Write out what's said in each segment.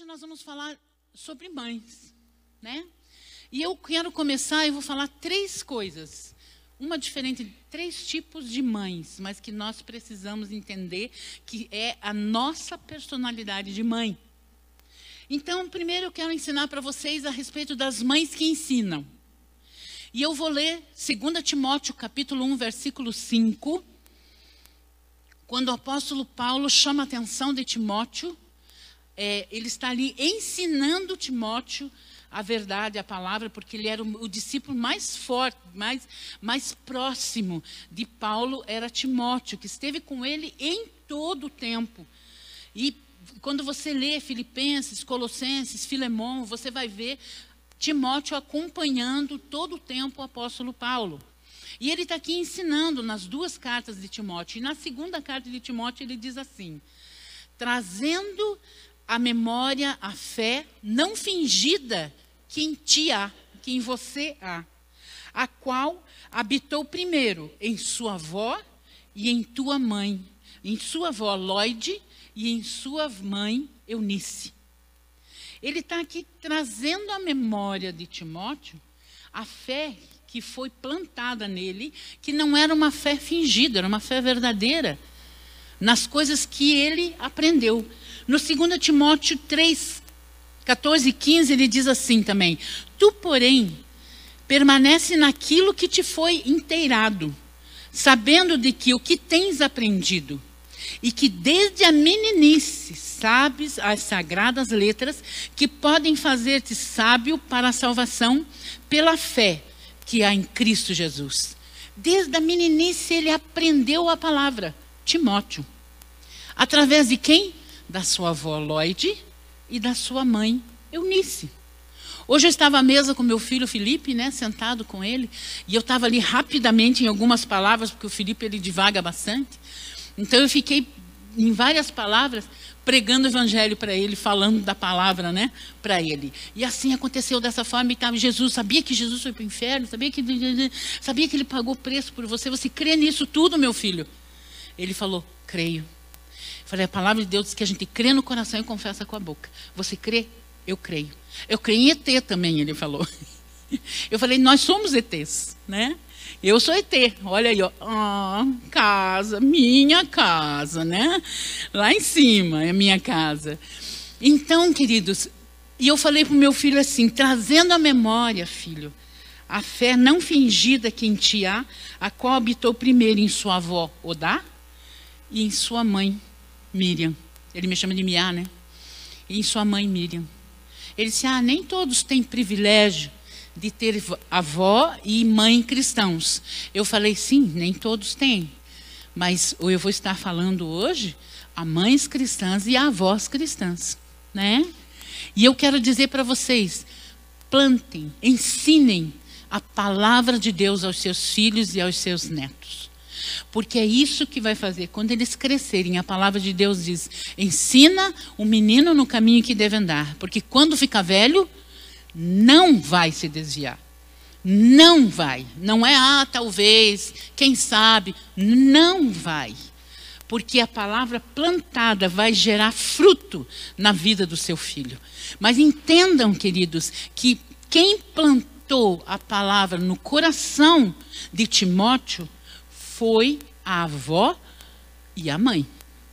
nós vamos falar sobre mães, né? E eu quero começar, eu vou falar três coisas. Uma diferente, três tipos de mães, mas que nós precisamos entender que é a nossa personalidade de mãe. Então, primeiro eu quero ensinar para vocês a respeito das mães que ensinam. E eu vou ler 2 Timóteo, capítulo 1, versículo 5, quando o apóstolo Paulo chama a atenção de Timóteo. Ele está ali ensinando Timóteo a verdade, a palavra, porque ele era o discípulo mais forte, mais próximo de Paulo, era Timóteo, que esteve com ele em todo o tempo. E quando você lê Filipenses, Colossenses, Filemão, você vai ver Timóteo acompanhando todo o tempo o apóstolo Paulo. E ele está aqui ensinando nas duas cartas de Timóteo. E na segunda carta de Timóteo ele diz assim: trazendo à memória a fé não fingida que em ti há, que em você há, a qual habitou primeiro em sua avó e em tua mãe, em sua avó Lóide e em sua mãe Eunice. Ele está aqui trazendo à memória de Timóteo a fé que foi plantada nele, que não era uma fé fingida, era uma fé verdadeira, nas coisas que ele aprendeu. No 2 Timóteo 3, 14 e 15, ele diz assim também: tu, porém, permanece naquilo que te foi inteirado, sabendo de que o que tens aprendido, e que desde a meninice sabes as sagradas letras que podem fazer-te sábio para a salvação pela fé que há em Cristo Jesus. Desde a meninice ele aprendeu a palavra, Timóteo. Através de quem? Da sua avó Lóide e da sua mãe Eunice. Hoje eu estava à mesa com meu filho Felipe, né, sentado com ele, e eu estava ali rapidamente em algumas palavras, porque o Felipe ele divaga bastante. Então eu fiquei em várias palavras pregando o evangelho para ele, falando da palavra, né, para ele. E assim aconteceu dessa forma. E Jesus, sabia que Jesus foi para o inferno? Sabia que ele pagou preço por você? Você crê nisso tudo, meu filho? Ele falou: creio. Eu falei: a palavra de Deus diz que a gente crê no coração e confessa com a boca. Você crê? Eu creio. Eu creio em ET também, ele falou. Eu falei: nós somos ETs, né? Eu sou ET, olha aí, ó. Casa, minha casa, né? Lá em cima é minha casa. Então, queridos, e eu falei para o meu filho assim, trazendo à memória, filho, a fé não fingida que em ti há, a qual habitou primeiro em sua avó Odá e em sua mãe Miriam. Ele me chama de Miá, né? E em sua mãe Miriam. Ele disse: nem todos têm privilégio de ter avó e mãe cristãos. Eu falei: sim, nem todos têm. Mas eu vou estar falando hoje a mães cristãs e a avós cristãs, né? E eu quero dizer para vocês: plantem, ensinem a palavra de Deus aos seus filhos e aos seus netos. Porque é isso que vai fazer. Quando eles crescerem, a palavra de Deus diz: ensina o menino no caminho que deve andar. Porque quando ficar velho, não vai se desviar. Não vai. Não é talvez, quem sabe. Não vai. Porque a palavra plantada vai gerar fruto na vida do seu filho. Mas entendam, queridos, que quem plantou a palavra no coração de Timóteo foi a avó e a mãe.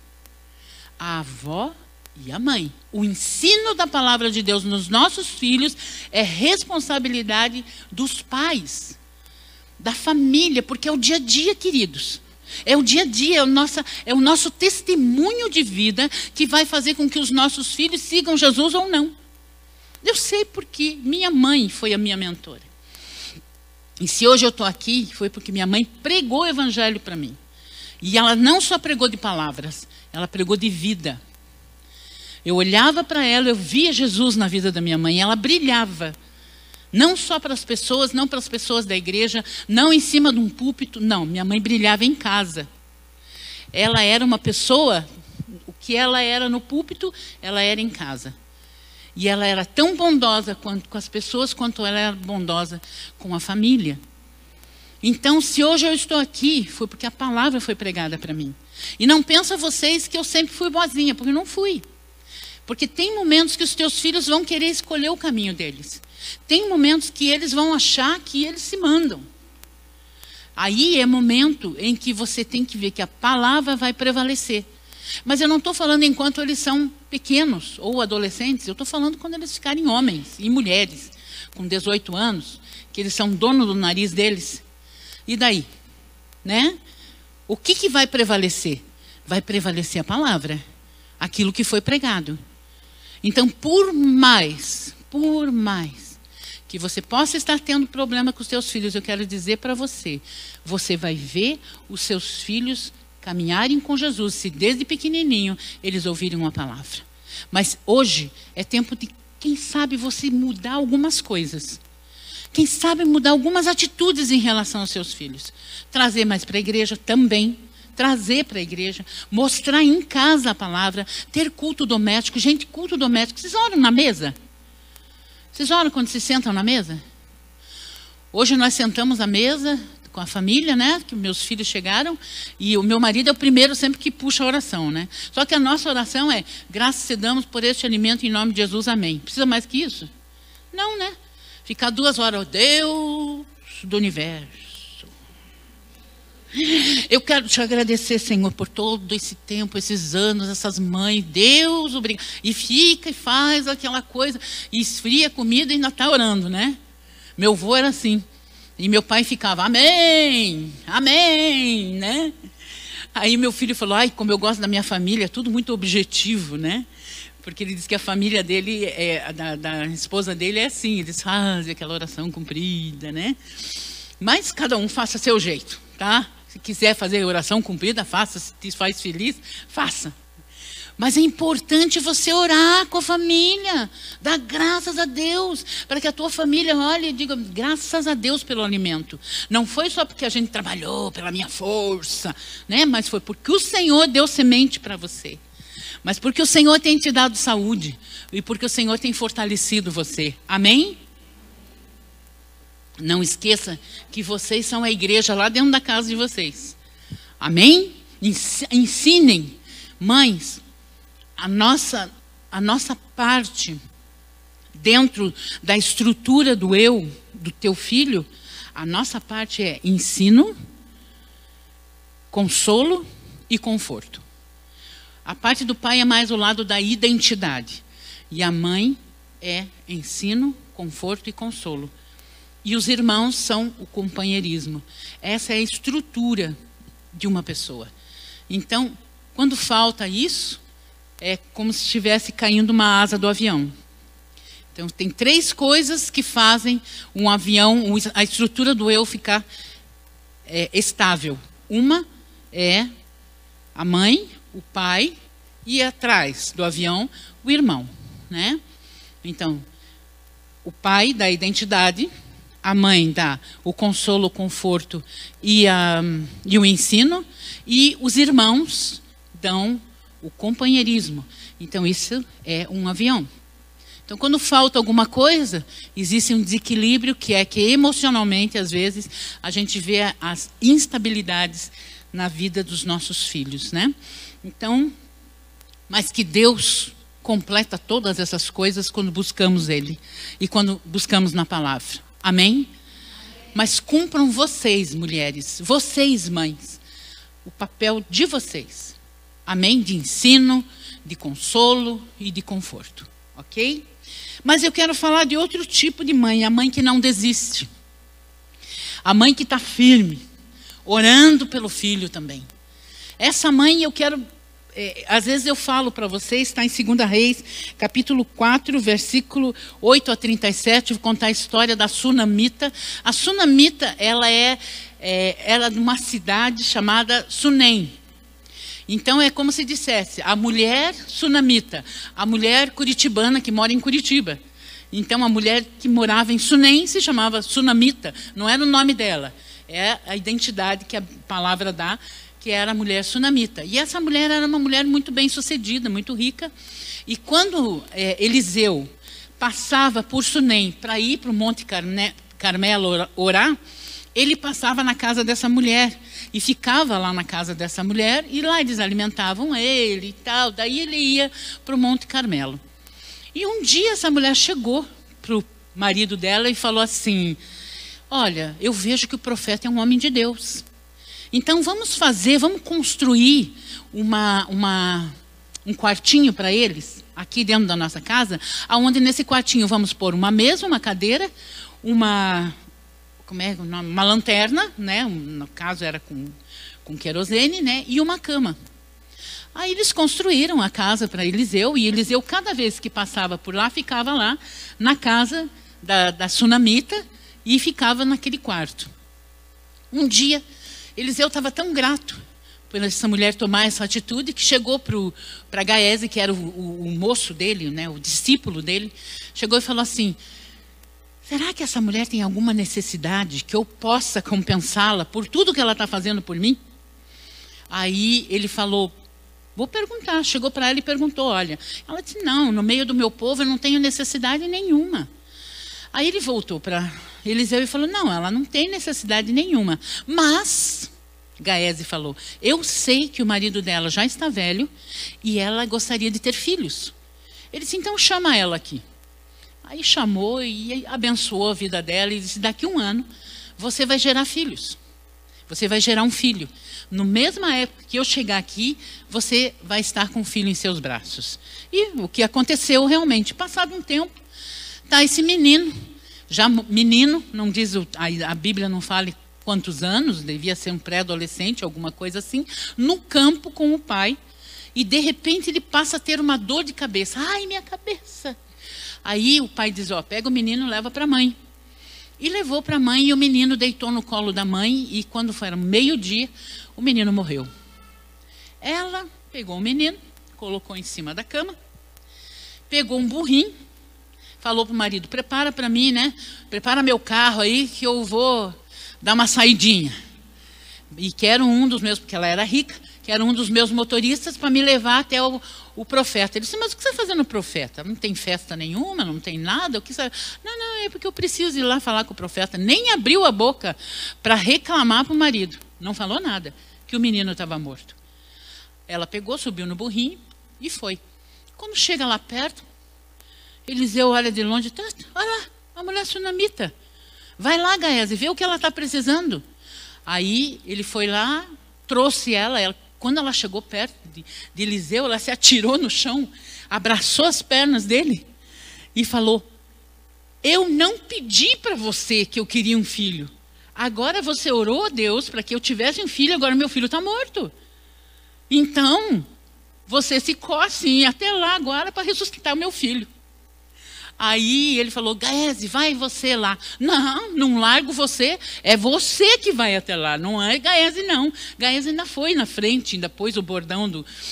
A avó e a mãe. O ensino da palavra de Deus nos nossos filhos é responsabilidade dos pais, da família, porque é o dia a dia, queridos. É o dia a dia, é o nosso testemunho de vida que vai fazer com que os nossos filhos sigam Jesus ou não. Eu sei porque minha mãe foi a minha mentora. E se hoje eu estou aqui, foi porque minha mãe pregou o evangelho para mim. E ela não só pregou de palavras, ela pregou de vida. Eu olhava para ela, eu via Jesus na vida da minha mãe, ela brilhava. Não só para as pessoas, não para as pessoas da igreja, não em cima de um púlpito, não. Minha mãe brilhava em casa. Ela era uma pessoa, o que ela era no púlpito, ela era em casa. E ela era tão bondosa quanto com as pessoas, quanto ela era bondosa com a família. Então, se hoje eu estou aqui, foi porque a palavra foi pregada para mim. E não pensa vocês que eu sempre fui boazinha, porque eu não fui. Porque tem momentos que os teus filhos vão querer escolher o caminho deles. Tem momentos que eles vão achar que eles se mandam. Aí é momento em que você tem que ver que a palavra vai prevalecer. Mas eu não estou falando enquanto eles são pequenos ou adolescentes. Eu estou falando quando eles ficarem homens e mulheres, com 18 anos, que eles são dono do nariz deles. E daí? Né? O que vai prevalecer? Vai prevalecer a palavra. Aquilo que foi pregado. Então, por mais que você possa estar tendo problema com os seus filhos, eu quero dizer para você, você vai ver os seus filhos caminharem com Jesus, se desde pequenininho eles ouvirem uma palavra. Mas hoje é tempo de, quem sabe, você mudar algumas coisas. Quem sabe mudar algumas atitudes em relação aos seus filhos. Trazer mais para a igreja também. Trazer para a igreja, mostrar em casa a palavra, ter culto doméstico. Gente, culto doméstico, vocês oram na mesa? Vocês oram quando se sentam na mesa? Hoje nós sentamos à mesa com a família, né? Que meus filhos chegaram, e o meu marido é o primeiro sempre que puxa a oração, né? Só que a nossa oração é, graças te damos por este alimento em nome de Jesus, amém. Precisa mais que isso? Não, né? Ficar 2 horas, oh, Deus do universo. Eu quero te agradecer, Senhor, por todo esse tempo, esses anos, essas mães. Deus, obrigado. E fica e faz aquela coisa, e esfria a comida e ainda está orando, né? Meu avô era assim. E meu pai ficava, amém, amém, né? Aí meu filho falou, ai, como eu gosto da minha família, é tudo muito objetivo, né? Porque ele diz que a família dele, da esposa dele é assim, eles fazem aquela oração comprida, né? Mas cada um faça seu jeito, tá? Se quiser fazer oração cumprida, faça. Se te faz feliz, faça. Mas é importante você orar com a família. Dar graças a Deus. Para que a tua família olhe e diga, graças a Deus pelo alimento. Não foi só porque a gente trabalhou, pela minha força, né? Mas foi porque o Senhor deu semente para você. Mas porque o Senhor tem te dado saúde. E porque o Senhor tem fortalecido você. Amém? Não esqueça que vocês são a igreja lá dentro da casa de vocês. Amém? Ensinem, mães, a nossa parte dentro da estrutura do eu, do teu filho, a nossa parte é ensino, consolo e conforto. A parte do pai é mais o lado da identidade. E a mãe é ensino, conforto e consolo. E os irmãos são o companheirismo. Essa é a estrutura de uma pessoa. Então, quando falta isso, é como se estivesse caindo uma asa do avião. Então, tem 3 coisas que fazem um avião, a estrutura do eu ficar estável. Uma é a mãe, o pai, e atrás do avião, o irmão, né? Então, o pai dá a identidade, a mãe dá o consolo, o conforto e o ensino, e os irmãos dão o companheirismo. Então, isso é um avião. Então, quando falta alguma coisa, existe um desequilíbrio que é que emocionalmente, às vezes, a gente vê as instabilidades na vida dos nossos filhos, né? Então, mas que Deus completa todas essas coisas quando buscamos Ele e quando buscamos na palavra. Amém? Mas cumpram vocês, mulheres, vocês, mães, o papel de vocês. Amém? De ensino, de consolo e de conforto. Ok? Mas eu quero falar de outro tipo de mãe, a mãe que não desiste. A mãe que está firme, orando pelo filho também. Essa mãe eu quero... às vezes eu falo para vocês, está em 2 Reis, capítulo 4, versículo 8 a 37, vou contar a história da Sunamita. A Sunamita, ela é de uma cidade chamada Sunem. Então é como se dissesse, a mulher sunamita, a mulher curitibana que mora em Curitiba. Então a mulher que morava em Sunem se chamava Sunamita, não era o nome dela, é a identidade que a palavra dá, que era a mulher sunamita. E essa mulher era uma mulher muito bem sucedida, muito rica. E quando Eliseu passava por Sunem para ir para o Monte Carmelo orar, ele passava na casa dessa mulher, e ficava lá na casa dessa mulher, e lá eles alimentavam ele e tal. Daí ele ia para o Monte Carmelo. E um dia essa mulher chegou para o marido dela e falou assim: olha, eu vejo que o profeta é um homem de Deus. Então vamos construir um quartinho para eles, aqui dentro da nossa casa, onde nesse quartinho vamos pôr uma mesa, uma cadeira, uma lanterna, né? No caso era com querosene, né? E uma cama. Aí eles construíram a casa para Eliseu, e Eliseu, cada vez que passava por lá, ficava lá na casa da sunamita e ficava naquele quarto. Um dia, Eliseu estava tão grato por essa mulher tomar essa atitude, que chegou para Gaése, que era o moço dele, né? O discípulo dele, chegou e falou assim: será que essa mulher tem alguma necessidade que eu possa compensá-la por tudo que ela está fazendo por mim? Aí ele falou: vou perguntar. Chegou para ela e perguntou, olha. Ela disse: não, no meio do meu povo eu não tenho necessidade nenhuma. Aí ele voltou para Eliseu e falou: não, ela não tem necessidade nenhuma. Mas, Gaése falou, eu sei que o marido dela já está velho e ela gostaria de ter filhos. Ele disse: então chama ela aqui. Aí chamou e abençoou a vida dela e disse: daqui a 1 ano você vai gerar filhos. Você vai gerar um filho. No mesma época que eu chegar aqui, você vai estar com um filho em seus braços. E o que aconteceu realmente? Passado um tempo, está esse menino, já menino, não diz, a Bíblia não fala quantos anos, devia ser um pré-adolescente, alguma coisa assim, no campo com o pai. E de repente ele passa a ter uma dor de cabeça. Ai, minha cabeça! Aí o pai diz: ó, pega o menino e leva para a mãe. E levou para a mãe, e o menino deitou no colo da mãe, e quando foi meio-dia, o menino morreu. Ela pegou o menino, colocou em cima da cama, pegou um burrinho, falou para o marido: prepara para mim, né? Prepara meu carro aí que eu vou dar uma saidinha. E quero um dos meus, porque ela era rica, quero um dos meus motoristas para me levar até o profeta. Ele disse: mas o que você vai fazer no profeta? Não tem festa nenhuma, não tem nada? O que você... Não, é porque eu preciso ir lá falar com o profeta. Nem abriu a boca para reclamar para o marido. Não falou nada, que o menino estava morto. Ela pegou, subiu no burrinho e foi. Quando chega lá perto, Eliseu olha de longe: olha lá, a mulher sunamita. Vai lá, Gaése, vê o que ela está precisando. Aí ele foi lá, trouxe ela. Quando ela chegou perto de Eliseu, ela se atirou no chão, abraçou as pernas dele e falou: eu não pedi para você que eu queria um filho. Agora você orou a Deus para que eu tivesse um filho, agora meu filho está morto. Então, você se coce e ir até lá agora para ressuscitar o meu filho. Aí ele falou: Gaése, vai você lá. Não largo você, é você que vai até lá, não é Gaése não. Gaése ainda foi na frente, ainda pôs o bordão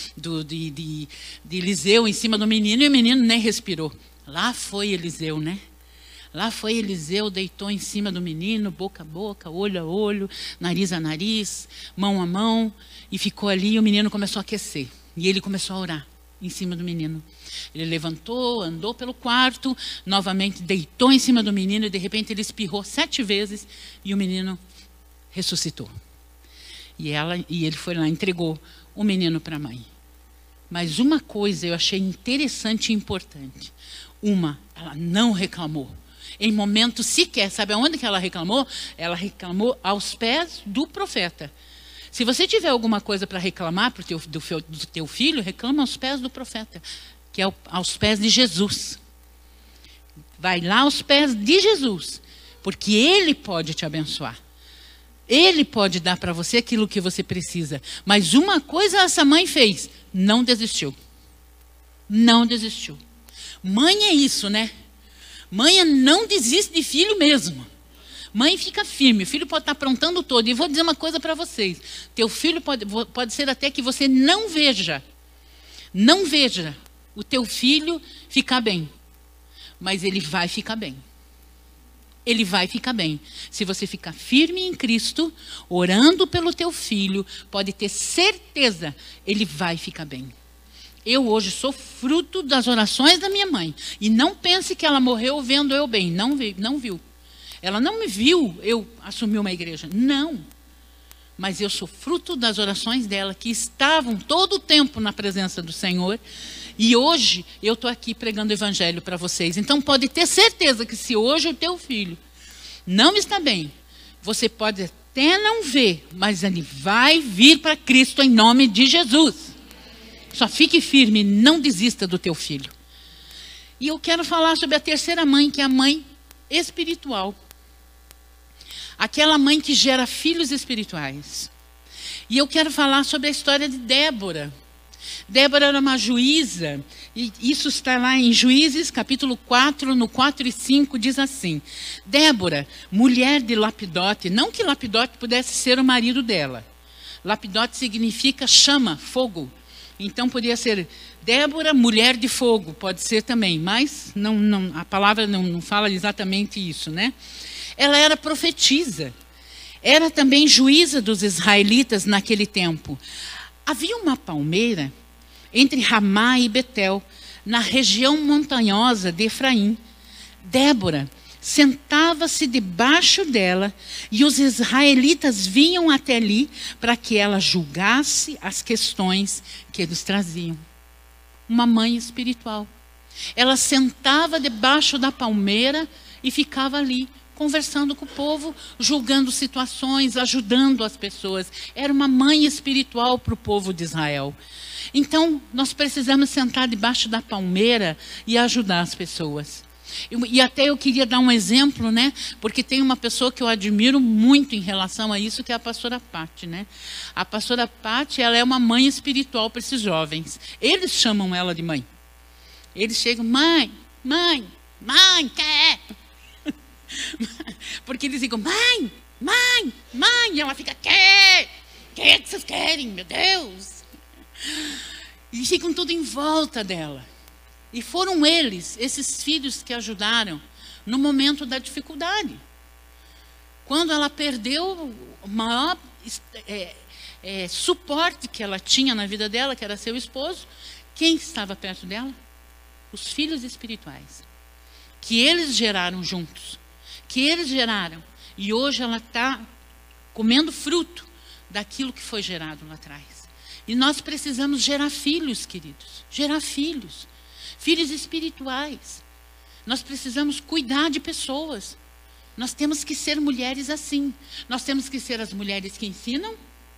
de Eliseu em cima do menino, e o menino nem respirou. Lá foi Eliseu, né? Lá foi Eliseu, deitou em cima do menino, boca a boca, olho a olho, nariz a nariz, mão a mão, e ficou ali, e o menino começou a aquecer. E ele começou a orar em cima do menino. Ele levantou, andou pelo quarto, novamente deitou em cima do menino, e de repente ele espirrou 7 vezes, e o menino ressuscitou. E ele foi lá, entregou o menino para a mãe. Mas uma coisa eu achei interessante e importante. Ela não reclamou. Em momento sequer, sabe aonde que ela reclamou? Ela reclamou aos pés do profeta. Se você tiver alguma coisa para reclamar do teu filho, reclama aos pés do profeta, que é aos pés de Jesus. Vai lá aos pés de Jesus, porque Ele pode te abençoar. Ele pode dar para você aquilo que você precisa. Mas uma coisa essa mãe fez: não desistiu. Não desistiu. Mãe é isso, né? Mãe não desiste de filho mesmo. Mãe fica firme, o filho pode estar aprontando todo. E vou dizer uma coisa para vocês: teu filho pode ser até que você não veja o teu filho ficar bem, mas ele vai ficar bem. Ele vai ficar bem. Se você ficar firme em Cristo, orando pelo teu filho, pode ter certeza, ele vai ficar bem. Eu hoje sou fruto das orações da minha mãe. E não pense que ela morreu vendo eu bem. Não viu. Ela não me viu eu assumir uma igreja. Não. mas eu sou fruto das orações dela, que estavam todo o tempo na presença do Senhor. E hoje eu estou aqui pregando o evangelho para vocês. Então pode ter certeza que se hoje o teu filho não está bem, você pode até não ver, mas ele vai vir para Cristo em nome de Jesus. Só fique firme, não desista do teu filho. E eu quero falar sobre a terceira mãe, que é a mãe espiritual. Aquela mãe que gera filhos espirituais. E eu quero falar sobre a história de Débora. Débora era uma juíza, e isso está lá em Juízes, capítulo 4, no 4 e 5, diz assim: Débora, mulher de Lapidote, não que Lapidote pudesse ser o marido dela. Lapidote significa chama, fogo. Então poderia ser Débora, mulher de fogo, pode ser também, mas a palavra não fala exatamente isso, né? Ela era profetisa, era também juíza dos israelitas naquele tempo. Havia uma palmeira entre Ramá e Betel, na região montanhosa de Efraim. Débora sentava-se debaixo dela e os israelitas vinham até ali para que ela julgasse as questões que eles traziam. Uma mãe espiritual. Ela sentava debaixo da palmeira e ficava ali, conversando com o povo, julgando situações, ajudando as pessoas. Era uma mãe espiritual para o povo de Israel. Então, nós precisamos sentar debaixo da palmeira e ajudar as pessoas. E até eu queria dar um exemplo, né? Porque tem uma pessoa que eu admiro muito em relação a isso, que é a pastora Pati, né? A pastora Pati, ela é uma mãe espiritual para esses jovens. Eles chamam ela de mãe. Eles chegam, mãe, quer? Porque eles ficam, mãe, e ela fica, quer? O que vocês querem, meu Deus? E ficam tudo em volta dela. E foram eles, esses filhos, que ajudaram no momento da dificuldade. Quando ela perdeu o maior suporte que ela tinha na vida dela, que era seu esposo, quem estava perto dela? Os filhos espirituais. Que eles geraram juntos. Que eles geraram. E hoje ela está comendo fruto daquilo que foi gerado lá atrás. E nós precisamos gerar filhos, queridos. Gerar filhos. Filhos espirituais. Nós precisamos cuidar de pessoas. Nós temos que ser mulheres assim. Nós temos que ser as mulheres que ensinam,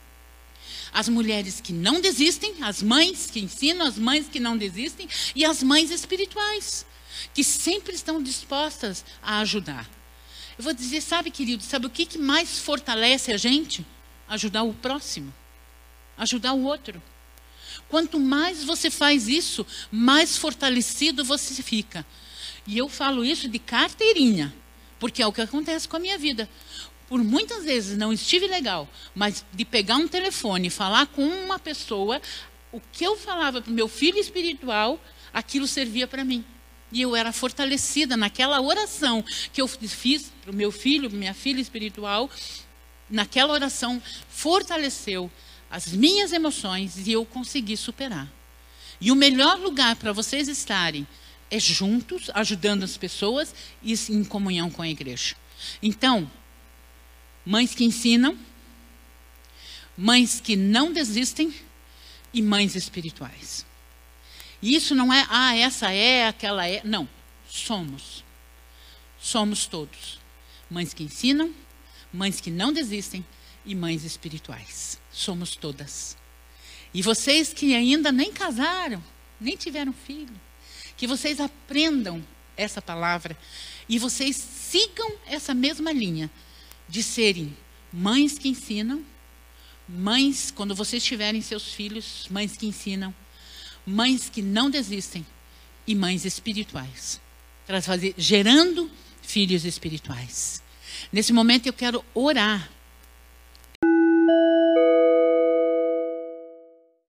as mulheres que não desistem, as mães que ensinam, as mães que não desistem e as mães espirituais, que sempre estão dispostas a ajudar. Eu vou dizer, sabe, querido, sabe o que mais fortalece a gente? Ajudar o próximo. Ajudar o outro. Quanto mais você faz isso, mais fortalecido você fica. E eu falo isso de carteirinha, porque é o que acontece com a minha vida. Por muitas vezes não estive legal, mas de pegar um telefone e falar com uma pessoa, o que eu falava para o meu filho espiritual, aquilo servia para mim. E eu era fortalecida naquela oração que eu fiz para o meu filho, minha filha espiritual. Naquela oração fortaleceu as minhas emoções e eu consegui superar. E o melhor lugar para vocês estarem é juntos, ajudando as pessoas e em comunhão com a igreja. Então, mães que ensinam, mães que não desistem e mães espirituais. E isso não é, essa é, aquela é. Não, somos. Somos todos. Mães que ensinam, mães que não desistem e mães espirituais. Somos todas. E vocês que ainda nem casaram, nem tiveram filho, que vocês aprendam essa palavra e vocês sigam essa mesma linha de serem mães que ensinam, mães, quando vocês tiverem seus filhos, mães que ensinam, mães que não desistem e mães espirituais, gerando filhos espirituais. Nesse momento eu quero orar